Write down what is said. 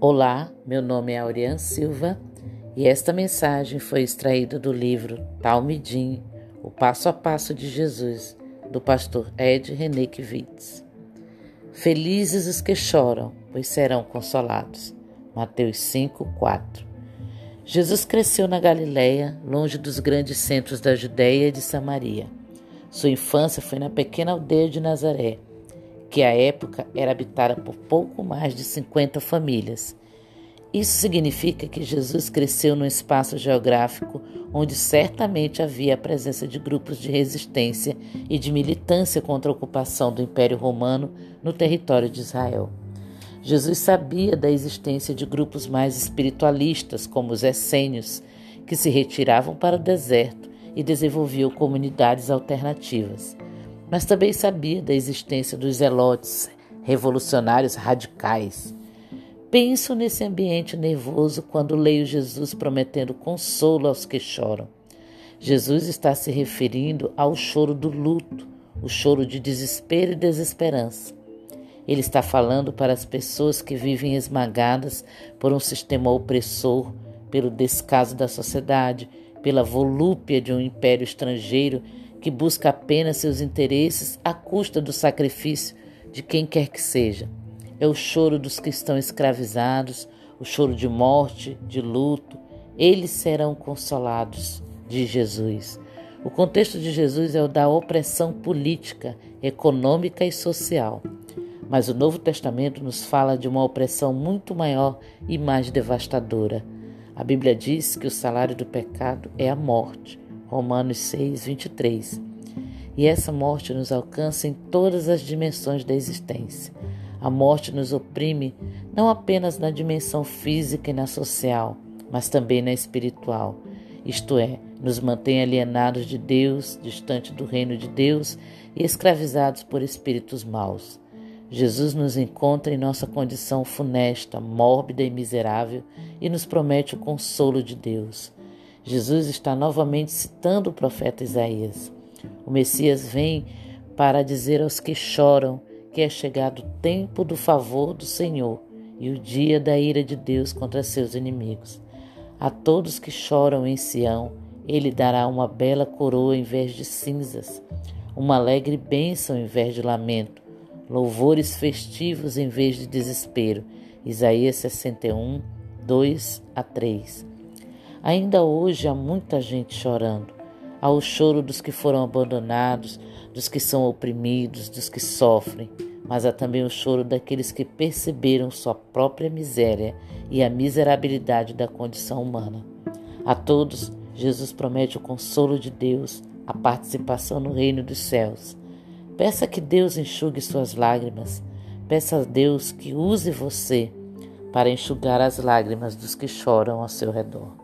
Olá, meu nome é Aurian Silva e esta mensagem foi extraída do livro Talmidim, o passo a passo de Jesus, do pastor Ed René Kivitz. Felizes os que choram, pois serão consolados. Mateus 5:4. Jesus cresceu na Galileia, longe dos grandes centros da Judéia e de Samaria. Sua infância foi na pequena aldeia de Nazaré, que à época era habitada por pouco mais de 50 famílias. Isso significa que Jesus cresceu num espaço geográfico onde certamente havia a presença de grupos de resistência e de militância contra a ocupação do Império Romano no território de Israel. Jesus sabia da existência de grupos mais espiritualistas, como os essênios, que se retiravam para o deserto e desenvolviam comunidades alternativas. Mas também sabia da existência dos zelotes, revolucionários radicais. Penso nesse ambiente nervoso quando leio Jesus prometendo consolo aos que choram. Jesus está se referindo ao choro do luto, o choro de desespero e desesperança. Ele está falando para as pessoas que vivem esmagadas por um sistema opressor, pelo descaso da sociedade, pela volúpia de um império estrangeiro que busca apenas seus interesses à custa do sacrifício de quem quer que seja. É o choro dos que estão escravizados, o choro de morte, de luto. Eles serão consolados, diz Jesus. O contexto de Jesus é o da opressão política, econômica e social. Mas o Novo Testamento nos fala de uma opressão muito maior e mais devastadora. A Bíblia diz que o salário do pecado é a morte. Romanos 6:23. E essa morte nos alcança em todas as dimensões da existência. A morte nos oprime não apenas na dimensão física e na social, mas também na espiritual. Isto é, nos mantém alienados de Deus, distante do reino de Deus e escravizados por espíritos maus. Jesus nos encontra em nossa condição funesta, mórbida e miserável e nos promete o consolo de Deus. Jesus está novamente citando o profeta Isaías. O Messias vem para dizer aos que choram que é chegado o tempo do favor do Senhor e o dia da ira de Deus contra seus inimigos. A todos que choram em Sião, ele dará uma bela coroa em vez de cinzas, uma alegre bênção em vez de lamento, louvores festivos em vez de desespero. Isaías 61, 2-3. Ainda hoje há muita gente chorando. Há o choro dos que foram abandonados, dos que são oprimidos, dos que sofrem. Mas há também o choro daqueles que perceberam sua própria miséria e a miserabilidade da condição humana. A todos, Jesus promete o consolo de Deus, a participação no reino dos céus. Peça que Deus enxugue suas lágrimas. Peça a Deus que use você para enxugar as lágrimas dos que choram ao seu redor.